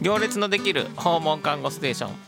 行列のできる訪問看護ステーション。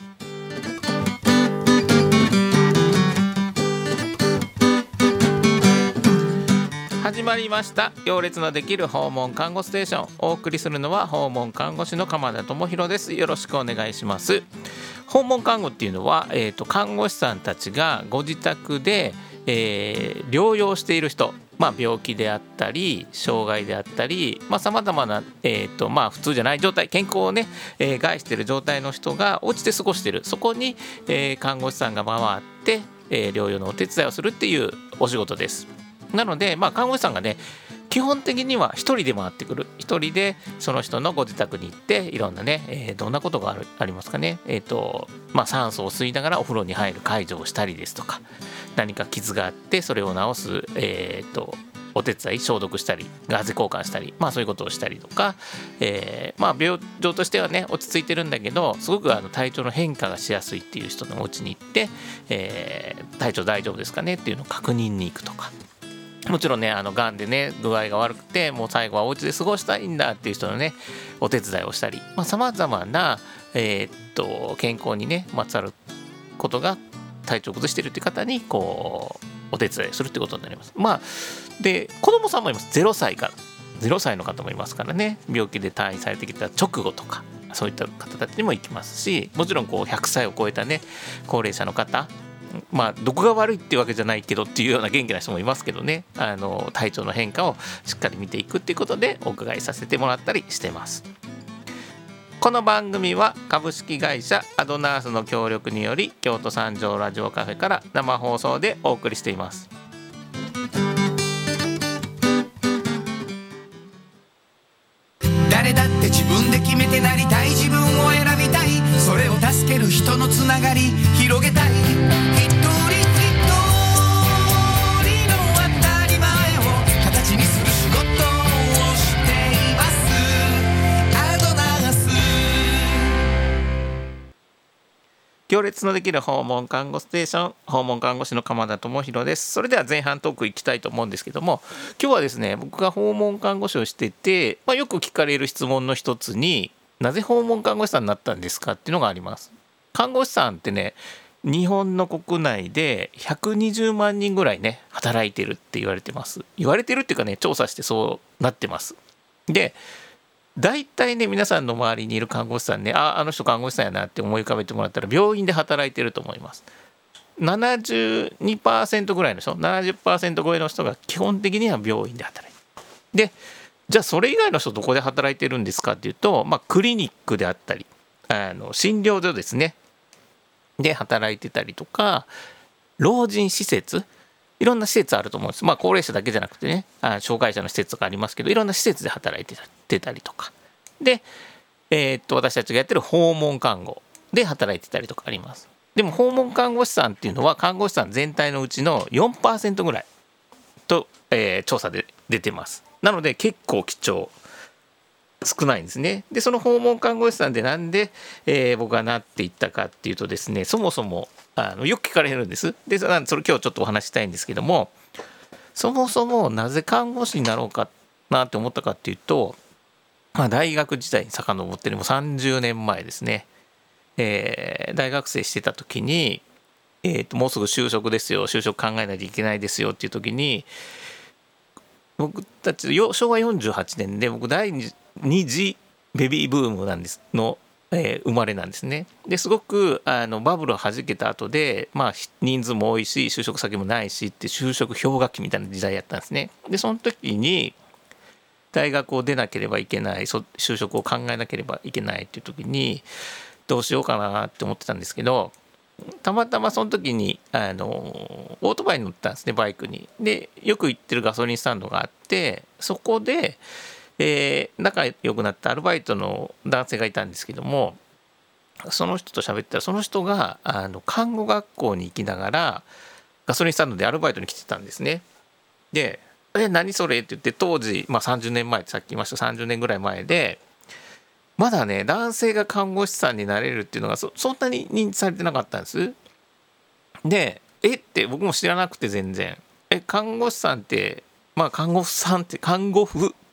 始まりました。行列のできる訪問看護ステーション。お送りするのは訪問看護師の鎌田智博です。よろしくお願いします。訪問看護っていうのは、看護師さんたちがご自宅で、療養している人、病気であったり障害であったり、さまざまな、普通じゃない状態、健康をね、害している状態の人がお家で過ごしている、そこに、看護師さんが回って、療養のお手伝いをするっていうお仕事です。なので、看護師さんがね、基本的には一人で回ってくる。一人でその人のご自宅に行っていろんなね、どんなことがありますかね。酸素を吸いながらお風呂に入る介助をしたりですとか、何か傷があってそれを治す、お手伝い、消毒したりガーゼ交換したり、そういうことをしたりとか、病状としてはね落ち着いてるんだけど、すごく体調の変化がしやすいっていう人のお家に行って、体調大丈夫ですかねっていうのを確認に行くとか、もちろんね、がんでね具合が悪くてもう最後はお家で過ごしたいんだっていう人のねお手伝いをしたり、さまざまな、健康にねまつわることが体調を崩しているっていう方にこうお手伝いするってことになります。で子供さんもいます。0歳の方もいますからね。病気で退院されてきた直後とか、そういった方たちにも行きますし、もちろん100歳を超えたね高齢者の方、どこが悪いっていうわけじゃないけどっていうような元気な人もいますけどね、体調の変化をしっかり見ていくっていうことでお伺いさせてもらったりしてます。この番組は株式会社アドナースの協力により京都三条ラジオカフェから生放送でお送りしています。 誰だって自分で決めてなりたい、自分を選びたい、それを助ける人のつながり広げたい、一人一人の当たり前を形にする仕事をしています。アドナース。 行列のできる訪問看護ステーション、訪問看護師の鎌田智博です。それでは前半トークいきたいと思うんですけども、今日はですね、僕が訪問看護師をしてて、よく聞かれる質問の一つに、なぜ訪問看護師さんになったんですかっていうのがあります。看護師さんってね、日本の国内で120万人ぐらいね働いてるって言われてます。言われてるっていうかね、調査してそうなってます。で大体ね、皆さんの周りにいる看護師さんね、あの人看護師さんやなって思い浮かべてもらったら病院で働いてると思います。72% ぐらいの人、70% 超えの人が基本的には病院で働いてる。でじゃあそれ以外の人どこで働いてるんですかっていうと、クリニックであったり診療所ですねで働いてたりとか、老人施設、いろんな施設あると思うんです。高齢者だけじゃなくてね、障害者の施設とかありますけど、いろんな施設で働いてたりとかで、私たちがやってる訪問看護で働いてたりとかあります。でも訪問看護師さんっていうのは看護師さん全体のうちの 4% ぐらいと、調査で出てます。なので結構貴重、少ないんですね。でその訪問看護師さんでなんで、僕がなっていったかっていうとですね、そもそもよく聞かれるんです。でそれ今日ちょっとお話したいんですけども、そもそもなぜ看護師になろうかなって思ったかっていうと、大学時代に遡ってもう30年前ですね、大学生してた時に、もうすぐ就職ですよ、就職考えないといけないですよっていう時に、僕たち昭和48年で僕第2次ベビーブームなんですの、生まれなんですね。ですごくバブルを弾けた後で、人数も多いし就職先もないしって就職氷河期みたいな時代やったんですね。でその時に大学を出なければいけない、就職を考えなければいけないっていう時にどうしようかなって思ってたんですけど、たまたまその時にオートバイに乗ったんですね、バイクに。でよく行ってるガソリンスタンドがあって、そこで、仲良くなったアルバイトの男性がいたんですけども、その人と喋ったら、その人が看護学校に行きながらガソリンスタンドでアルバイトに来てたんですね。で何それって言って、当時、30年前ってさっき言いました30年ぐらい前で、まだね男性が看護師さんになれるっていうのが そんなに認知されてなかったんです。でって僕も知らなくて、全然看護師さんって、看護婦って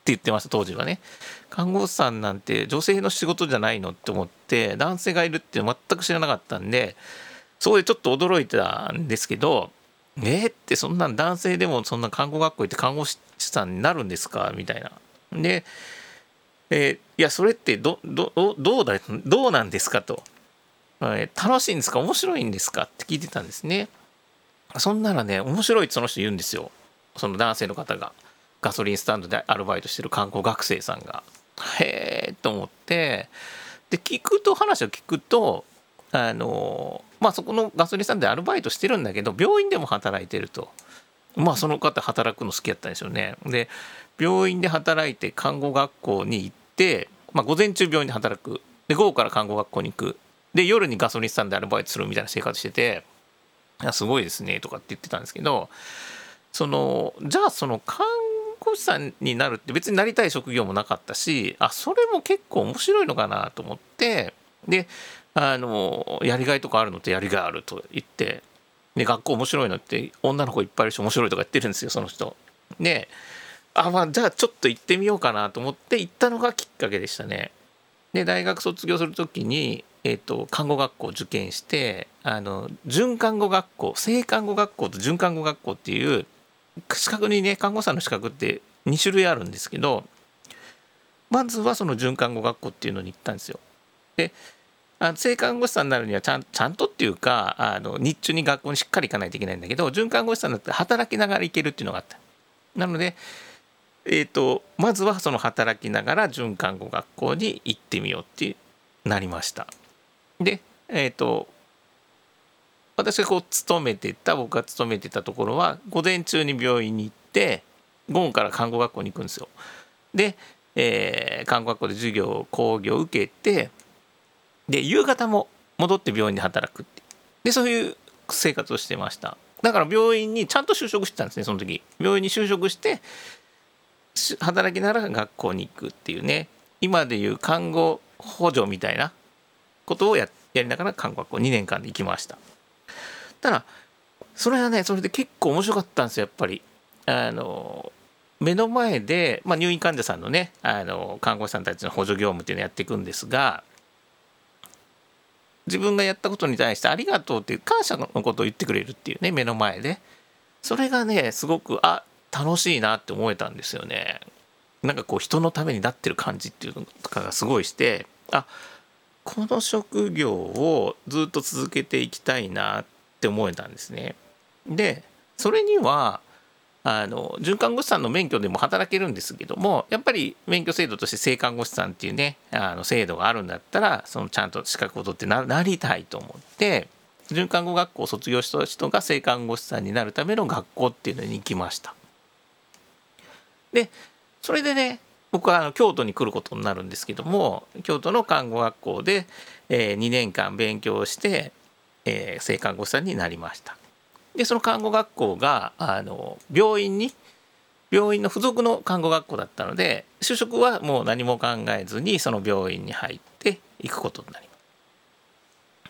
言ってました当時はね。看護師さんなんて女性の仕事じゃないのって思って、男性がいるって全く知らなかったんで、そこでちょっと驚いてたんですけど、ってそんなん男性でもそんな看護学校行って看護師さんになるんですかみたいな。で、いやそれってどうなんですかと、楽しいんですか面白いんですかって聞いてたんですね。そんならね、面白いってその人言うんですよ。その男性の方が、ガソリンスタンドでアルバイトしてる看護学生さんが。へえと思って、で話を聞くと、そこのガソリンスタンドでアルバイトしてるんだけど、病院でも働いてると。その方働くの好きやったんでしょうね。で、病院で働いて看護学校に行って、午前中病院で働く。で、午後から看護学校に行く。で、夜にガソリンスタンドでアルバイトするみたいな生活してて、すごいですねとかって言ってたんですけど、じゃあその看護師さんになるって別になりたい職業もなかったし、それも結構面白いのかなと思って、でやりがいとかあるのってやりがいあると言って、で学校面白いのって女の子いっぱいいるし面白いとか言ってるんですよその人で。じゃあちょっと行ってみようかなと思って行ったのがきっかけでしたね。で大学卒業する時に、看護学校を受験して、準看護学校、正看護学校と準看護学校っていう資格にね、看護師さんの資格って2種類あるんですけど、まずはその準看護学校っていうのに行ったんですよ。で正看護師さんになるにはちゃんとっていうか、日中に学校にしっかり行かないといけないんだけど、準看護師さんだって働きながら行けるっていうのがあった。なのでまずはその働きながら準看護学校に行ってみようってなりました。で私が僕が勤めてたところは午前中に病院に行って午後から看護学校に行くんですよ。で、看護学校で講義を受けて、で夕方も戻って病院で働くって、でそういう生活をしてました。だから病院にちゃんと就職してたんですね。その時病院に就職して働きながら学校に行くっていうね、今でいう看護補助みたいなことをやりながら看護学校2年間で行きました。ただそれはね、それで結構面白かったんですよ。やっぱり目の前で、入院患者さんのね看護師さんたちの補助業務っていうのをやっていくんですが、自分がやったことに対してありがとうっていう感謝のことを言ってくれるっていうね、目の前で。それがねすごく楽しいなって思えたんですよね。なんかこう人のためになってる感じっていうのとかがすごいして、この職業をずっと続けていきたいなって思えたんですね。でそれには准看護師さんの免許でも働けるんですけども、やっぱり免許制度として正看護師さんっていうね制度があるんだったら、そのちゃんと資格を取ってなりたいと思って、准看護学校を卒業した人が正看護師さんになるための学校っていうのに行きました。でそれでね、僕は京都に来ることになるんですけども、京都の看護学校で、2年間勉強して、正看護師さんになりました。でその看護学校が病院の付属の看護学校だったので、就職はもう何も考えずにその病院に入っていくことになります。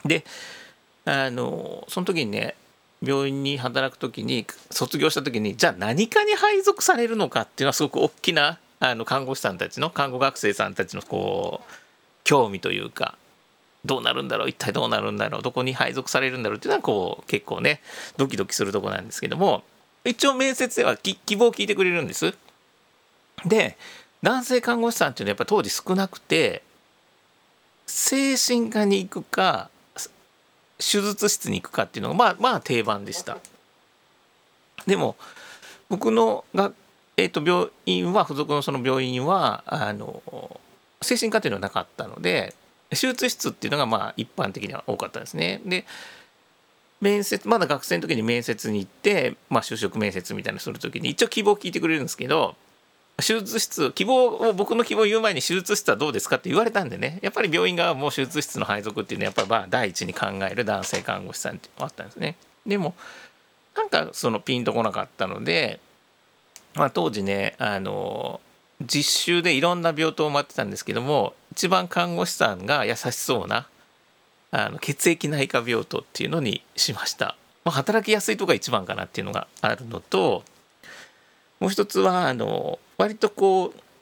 でその時にね、病院に働く時に卒業した時に、じゃあ何かに配属されるのかっていうのはすごく大きな看護師さんたちの、看護学生さんたちのこう興味というか、どうなるんだろう、一体どうなるんだろう、どこに配属されるんだろうっていうのはこう結構ねドキドキするところなんですけども、一応面接では希望を聞いてくれるんです。で男性看護師さんっていうのはやっぱ当時少なくて、精神科に行くか手術室に行くかっていうのがまあ定番でした。でも僕の病院は、付属のその病院は精神科っていうのはなかったので、手術室っていうのが一般的には多かったんですね。で面接、まだ学生の時に面接に行って、就職面接みたいなのする時に一応希望を聞いてくれるんですけど、手術室僕の希望を言う前に手術室はどうですかって言われたんでね、やっぱり病院側はもう手術室の配属っていうのはやっぱり第一に考える男性看護師さんってあったんですね。でもなんかそのピンとこなかったので、当時ね実習でいろんな病棟を待ってたんですけども、一番看護師さんが優しそうな血液内科病棟っていうのにしました。働きやすいとこが一番かなっていうのがあるのと、もう一つは割とこう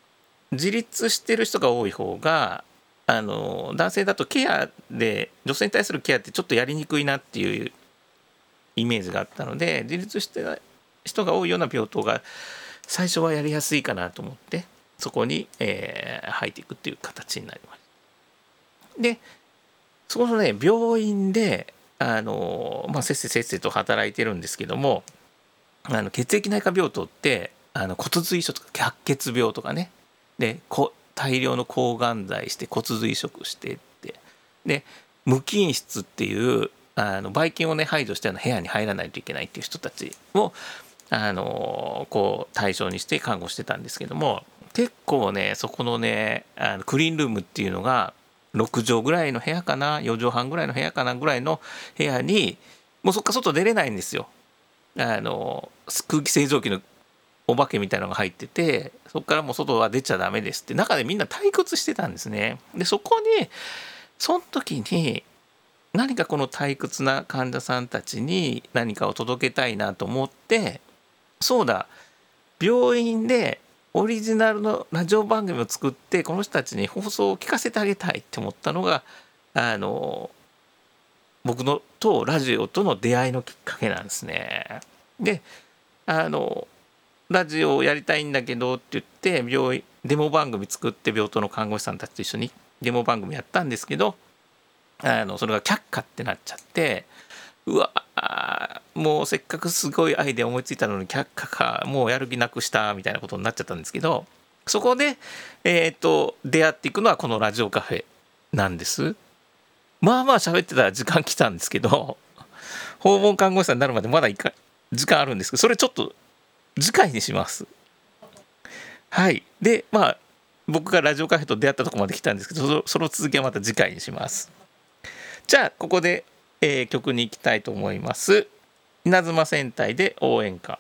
自立してる人が多い方が男性だとケアで女性に対するケアってちょっとやりにくいなっていうイメージがあったので、自立してる人が多いような病棟が最初はやりやすいかなと思ってそこに、入っていくっていう形になります。でそこのね病院でせっせと働いてるんですけども、血液内科病棟って骨髄移植とか白血病とかね、で大量の抗がん剤して骨髄移植してってで無菌室っていうばい菌をね排除したような部屋に入らないといけないっていう人たちをこう対象にして看護してたんですけども、結構ねそこのねクリーンルームっていうのが6畳ぐらいの部屋かな、4畳半ぐらいの部屋かなぐらいの部屋にもうそっから外出れないんですよ。空気清浄機のお化けみたいなのが入ってて、そこからもう外は出ちゃダメですって中でみんな退屈してたんですね。でその時に何かこの退屈な患者さんたちに何かを届けたいなと思って、そうだ病院でオリジナルのラジオ番組を作ってこの人たちに放送を聞かせてあげたいって思ったのが僕のとラジオとの出会いのきっかけなんですね。でラジオをやりたいんだけどって言ってデモ番組作って病棟の看護師さんたちと一緒にデモ番組やったんですけどそれが却下ってなっちゃって、うわもうせっかくすごいアイデア思いついたのに却下か、もうやる気なくしたみたいなことになっちゃったんですけど、そこで、出会っていくのはこのラジオカフェなんです。まあ喋ってたら時間来たんですけど、訪問看護師さんになるまでまだ時間あるんですけど、それちょっと次回にします。はい。で僕がラジオカフェと出会ったところまで来たんですけど、その続きはまた次回にします。じゃあここで、曲に行きたいと思います。稲妻戦隊で応援歌。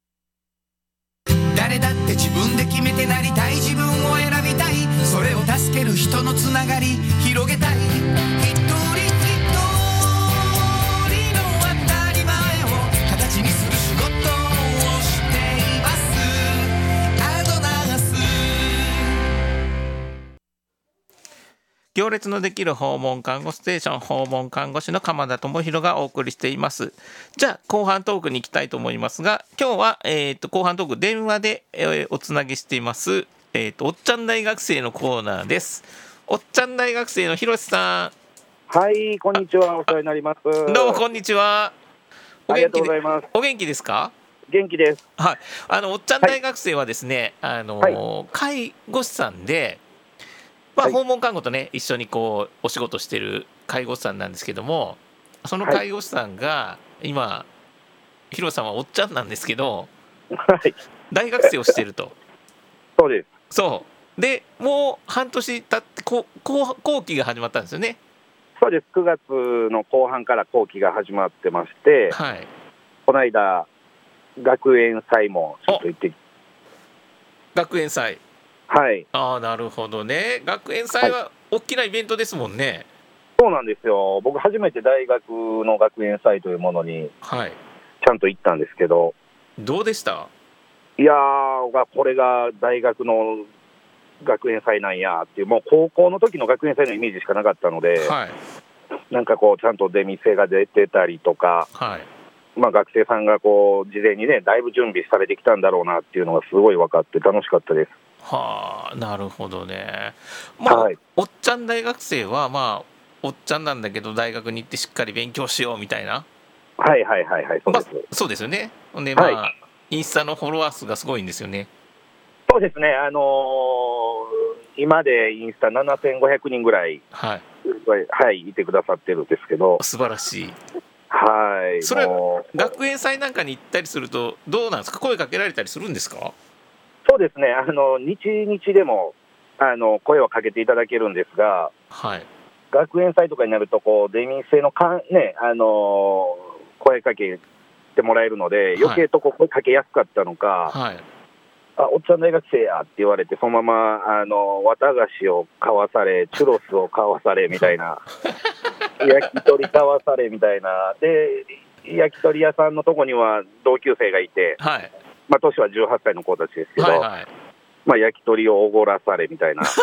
誰だって自分で決めてなりたい自分を選びたい、それを助助ける人のつながり広げたい一人一人の当たり前を形にする仕事をしていますアドナース行列のできる訪問看護ステーション、訪問看護師の鎌田智博がお送りしています。じゃあ後半トークに行きたいと思いますが、今日は、後半トーク電話で、おつなぎしています、おっちゃん大学生のコーナーです。おっちゃん大学生のひろしさん。はい、こんにちは。お世話になります。 どうもこんにちは。 ありがとうございます。 お元気ですか？ 元気です。 はい。おっちゃん大学生はですね、はい、介護士さんで、まあ、訪問看護とね、一緒にこうお仕事してる介護士さんなんですけども、その介護士さんが今、ひろさんはおっちゃんなんですけど、 はい、 大学生をしてると。 そうです。 そうでもう半年経って後期が始まったんですよね。 そうです。9月の後半から後期が始まってまして、 はい、 この間学園祭もちょっと行って学園祭、 はい。 ああ、なるほどね。学園祭は大きなイベントですもんね。はい、 そうなんですよ。僕初めて大学の学園祭というものにちゃんと行ったんですけど、 どうでした？ いやー、これが大学の学園祭なんやっていう、もう高校の時の学園祭のイメージしかなかったので、 はい、 なんかこうちゃんと出店が出てたりとか、 はい、 まあ、学生さんがこう事前にねだいぶ準備されてきたんだろうなっていうのがすごい分かって楽しかったです。 はあ、なるほどね。まあ、はい、おっちゃん大学生はまあおっちゃんなんだけど大学に行ってしっかり勉強しようみたいな。 はいはいはいはい、そうです、 まあ、そうですよね。でまあ、はい、インスタのフォロワー数がすごいんですよね。 そうですね、今でインスタ7500人ぐらい、はいはい、いてくださってるんですけど、 素晴らしい。 はい。 それ学園祭なんかに行ったりするとどうなんですか？声かけられたりするんですか？ そうですね、日々でも声をかけていただけるんですが、 はい、 学園祭とかになるとこう出店のね、声かけてもらえるので余計とこう声かけやすかったのか、 はい、 あ、おっちゃん大学生やって言われてそのまま綿菓子を買わされ、チュロスを買わされみたいな焼き鳥買わされみたいなで、焼き鳥屋さんのとこには同級生がいて、 はい、 まあ、年は18歳の子たちですけど、はいはい、まあ、焼き鳥をおごらされみたいな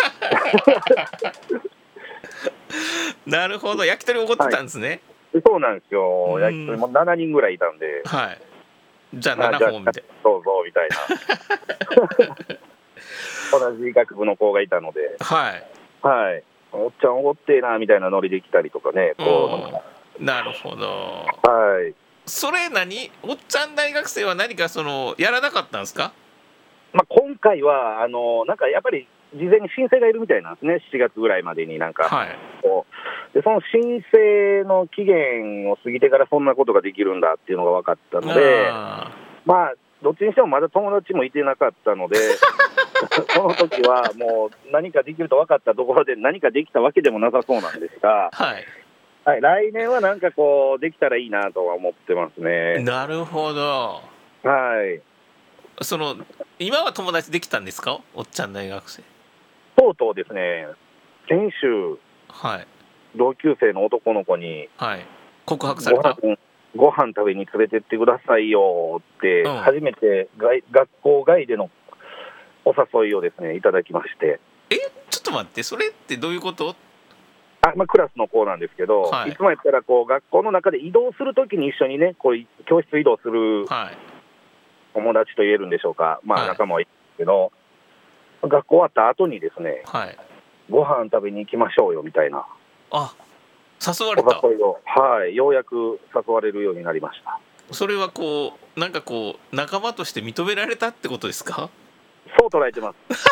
なるほど、焼き鳥おごってたんですね。はい、 そうなんですよ。焼き鳥も7人ぐらいいたんで、 はい、じゃあ7本みたいな、 どうぞみたいな同じ学部の子がいたので、はい、はい、おっちゃんおごってなみたいなノリで来たりとかね、こうなるほど。 はい。 それおっちゃん大学生は何かやらなかったんですか？ まあ、今回はなんかやっぱり事前に申請がいるみたいなんですね。7月ぐらいまでになんか、はい、でその申請の期限を過ぎてからそんなことができるんだっていうのが分かったので、まあどっちにしてもまだ友達もいてなかったのでその時はもう何かできると分かったところで何かできたわけでもなさそうなんですが、はいはい、来年はなんかこうできたらいいなとは思ってますね。 なるほど。 はい。 今は友達できたんですか？おっちゃん大学生。 とうとうですね、先週、はい、同級生の男の子に、 はい、告白された。 ご飯食べに連れてってくださいよって、うん、初めて学校外でのお誘いをですねいただきまして。 ちょっと待って、それってどういうこと？ まあ、クラスの子なんですけど、はい、いつもやったらこう学校の中で移動するときに一緒にねこう教室移動する友達と言えるんでしょうか、まあ、仲間はいるんですけど、はい、学校終わった後にですね、はい、ご飯食べに行きましょうよみたいな誘われた。 お誘いを、はい、ようやく誘われるようになりました。 それはなんか仲間として認められたってことですか？ そう捉えてます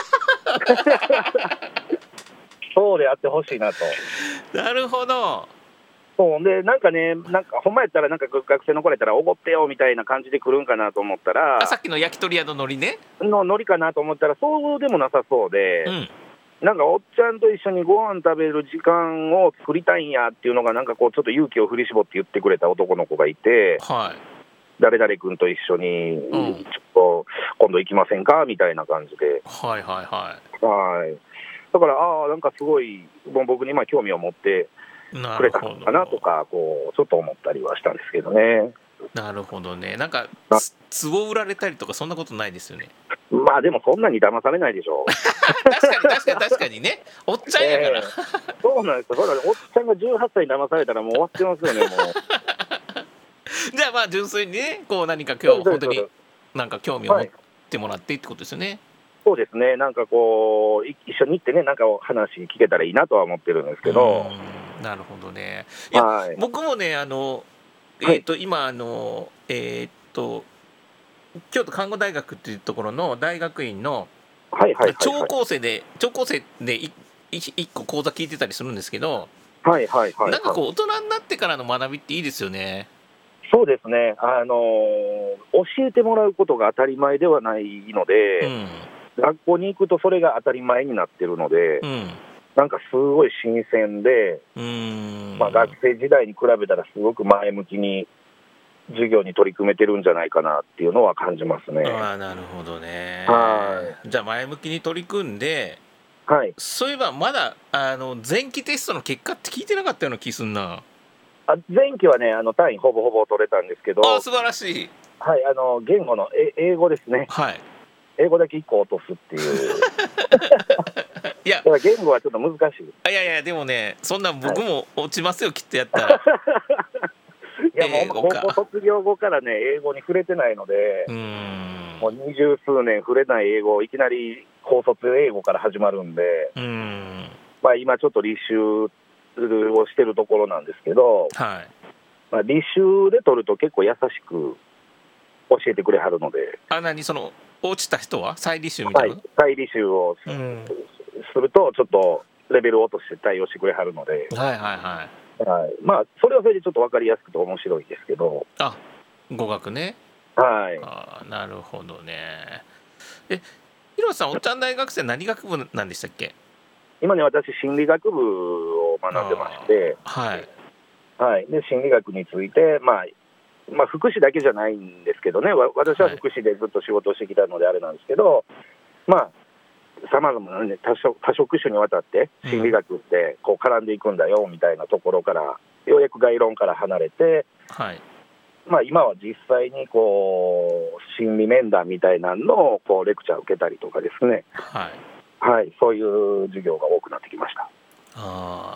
そうであってほしいなと。 なるほど。 そうで、なんかね、なんかほんまやったらなんか学生の子やったらおごってよみたいな感じで来るんかなと思ったら、 さっきの焼き鳥屋のノリねのノリかなと思ったらそうでもなさそうで、うん、なんかおっちゃんと一緒にご飯食べる時間を作りたいんやっていうのがなんかこうちょっと勇気を振り絞って言ってくれた男の子がいて、はい、誰々君と一緒に、うん、ちょっと今度行きませんかみたいな感じで、 はいはいはい、 はい。 だからなんかすごいもう僕に興味を持ってくれたのかなとかこうちょっと思ったりはしたんですけどね。 なるほどね。なんか壺売られたりとかそんなことないですよね。 まあでもそんなに騙されないでしょ確かにね、おっちゃんやから、 そうなんですよ。おっちゃんが18歳に騙されたらもう終わってますよね。もうじゃあまあ純粋にね、こう何か今日本当になんか興味を持ってもらってってことですよね。 そうですね。なんかこう一緒に行ってね、なんか話聞けたらいいなとは思ってるんですけど。 なるほどね。いや、 はい、 僕もね今京都看護大学っていうところの大学院の聴講生で1個講座聞いてたりするんですけど、なんかこう大人になってからの学びっていいですよね。 そうですね。教えてもらうことが当たり前ではないので、学校に行くとそれが当たり前になってるので、なんかすごい新鮮で、学生時代に比べたらすごく前向きに授業に取り組めてるんじゃないかなっていうのは感じますね。 なるほどね。じゃあ前向きに取り組んで、そういえばまだ前期テストの結果って聞いてなかったような気すんな。 前期はね単位ほぼほぼ取れたんですけど。 素晴らしい。 言語の英語ですね。英語だけ1個落とすっていういやだから言語はちょっと難しい。 いやでもね、そんな僕も落ちますよ、きっとやったらいやもう高校卒業後からね英語に触れてないので、もう20数年触れない英語、いきなり高卒英語から始まるんで、今ちょっと履修をしてるところなんですけど、履修で取ると結構優しく教えてくれはるので。 その落ちた人は再履修みたいな、 再履修をするとちょっとレベルを落として対応してくれはるので、それはそれでちょっと分かりやすくて面白いですけど。 語学ね。なるほどね。広瀬さん、おっちゃん大学生何学部なんでしたっけ？ 今ね、私心理学部を学んでまして、で心理学について、福祉だけじゃないんですけどね、私は福祉でずっと仕事をしてきたのであれなんですけど、さまざまな、多職種にわたって心理学ってこう絡んでいくんだよみたいなところから、ようやく概論から離れて、今は実際にこう心理面談みたいなのをこうレクチャーを受けたりとかですね、そういう授業が多くなってきました。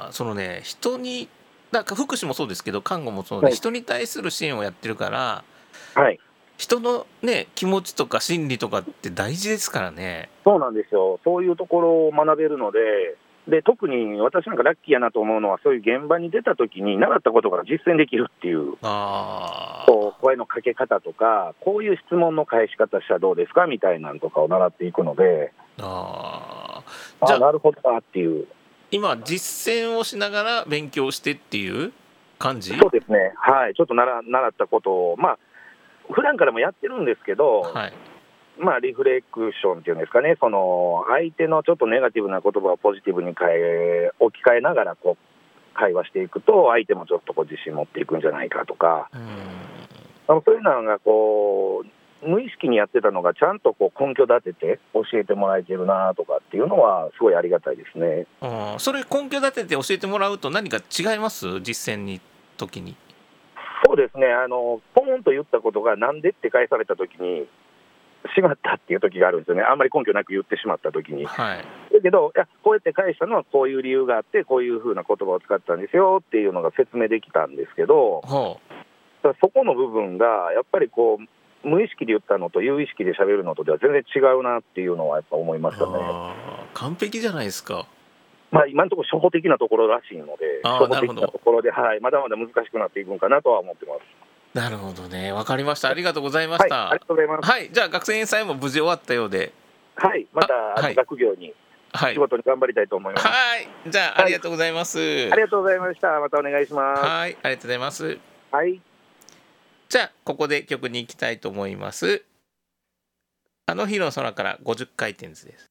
そのね、人になんか福祉もそうですけど看護もそうで、人に対する支援をやってるから、人のね気持ちとか心理とかって大事ですからね。 そうなんですよ。そういうところを学べるので、特に私なんかラッキーやなと思うのは、そういう現場に出た時に習ったことが実践できるっていう、声のかけ方とか、こういう質問の返し方したらどうですかみたいなのとかを習っていくので、じゃあなるほどなっていう。 今実践をしながら勉強してっていう感じ？ そうですね。ちょっと習ったことを普段からもやってるんですけど、リフレクションっていうんですかね、その相手のちょっとネガティブな言葉をポジティブに置き換えながらこう会話していくと、相手もちょっとこう自信持っていくんじゃないかとか、そういうのがこう無意識にやってたのがちゃんとこう根拠立てて教えてもらえてるなとかっていうのはすごいありがたいですね。 それ根拠立てて教えてもらうと何か違います？実践に時に。 そうですね。ポーンと言ったことがなんでって返された時にしまったっていう時があるんですよね。あんまり根拠なく言ってしまった時に、だけどこうやって返したのはこういう理由があって、こういう風な言葉を使ったんですよっていうのが説明できたんですけど、そこの部分がやっぱりこう無意識で言ったのと有意識で喋るのとでは全然違うなっていうのはやっぱ思いましたね。 完璧じゃないですか。 今のところ初歩的なところらしいので、初歩的なところで、まだまだ難しくなっていくんかなとは思ってます。 なるほどね、わかりました。ありがとうございました。 ありがとうございます。 じゃあ学生祭も無事終わったようで、 また学業に、仕事に頑張りたいと思います。 じゃあありがとうございます。 ありがとうございました。またお願いします。 ありがとうございます。じゃあここで曲に行きたいと思います。あの日の空から50回転図です。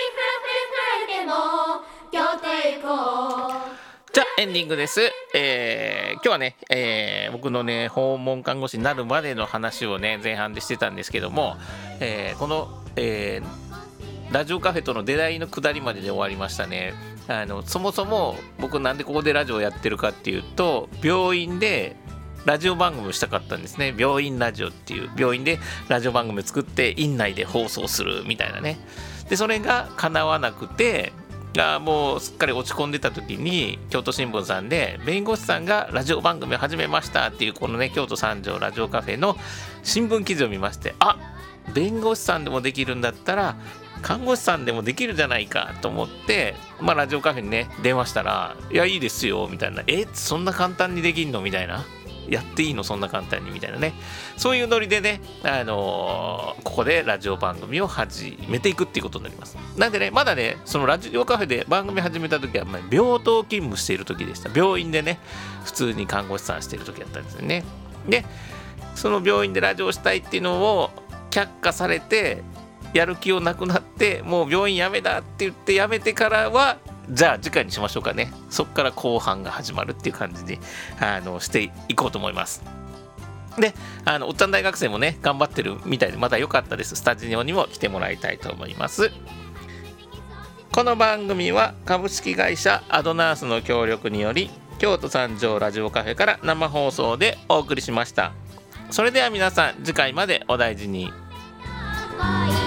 じゃあエンディングです。今日はね、僕のね訪問看護師になるまでの話をね前半でしてたんですけども、この、 ラジオカフェとの出会いの下りまでで終わりましたね。そもそも僕なんでここでラジオやってるかっていうと、病院でラジオ番組をしたかったんですね。病院ラジオっていう病院でラジオ番組を作って院内で放送するみたいなね。でそれが叶わなくて、もうすっかり落ち込んでた時に京都新聞さんで弁護士さんがラジオ番組を始めましたっていうこのね京都三条ラジオカフェの新聞記事を見まして、弁護士さんでもできるんだったら看護師さんでもできるじゃないかと思って、ラジオカフェにね電話したら、いやいいですよみたいな、そんな簡単にできんのみたいな、やっていいのそんな簡単にみたいなね、そういうノリでね、ここでラジオ番組を始めていくっていうことになります。なんでね、まだねそのラジオカフェで番組始めた時は病棟勤務している時でした。病院でね普通に看護師さんしている時だったんですよね。でその病院でラジオしたいっていうのを却下されて、やる気をなくなって、もう病院辞めだって言って辞めてからは、じゃあ次回にしましょうかね。そこから後半が始まるっていう感じにしていこうと思います。でおっちゃん大学生もね頑張ってるみたいで、また良かったです。スタジオにも来てもらいたいと思います。この番組は株式会社アドナースの協力により京都三条ラジオカフェから生放送でお送りしました。それでは皆さん次回までお大事に。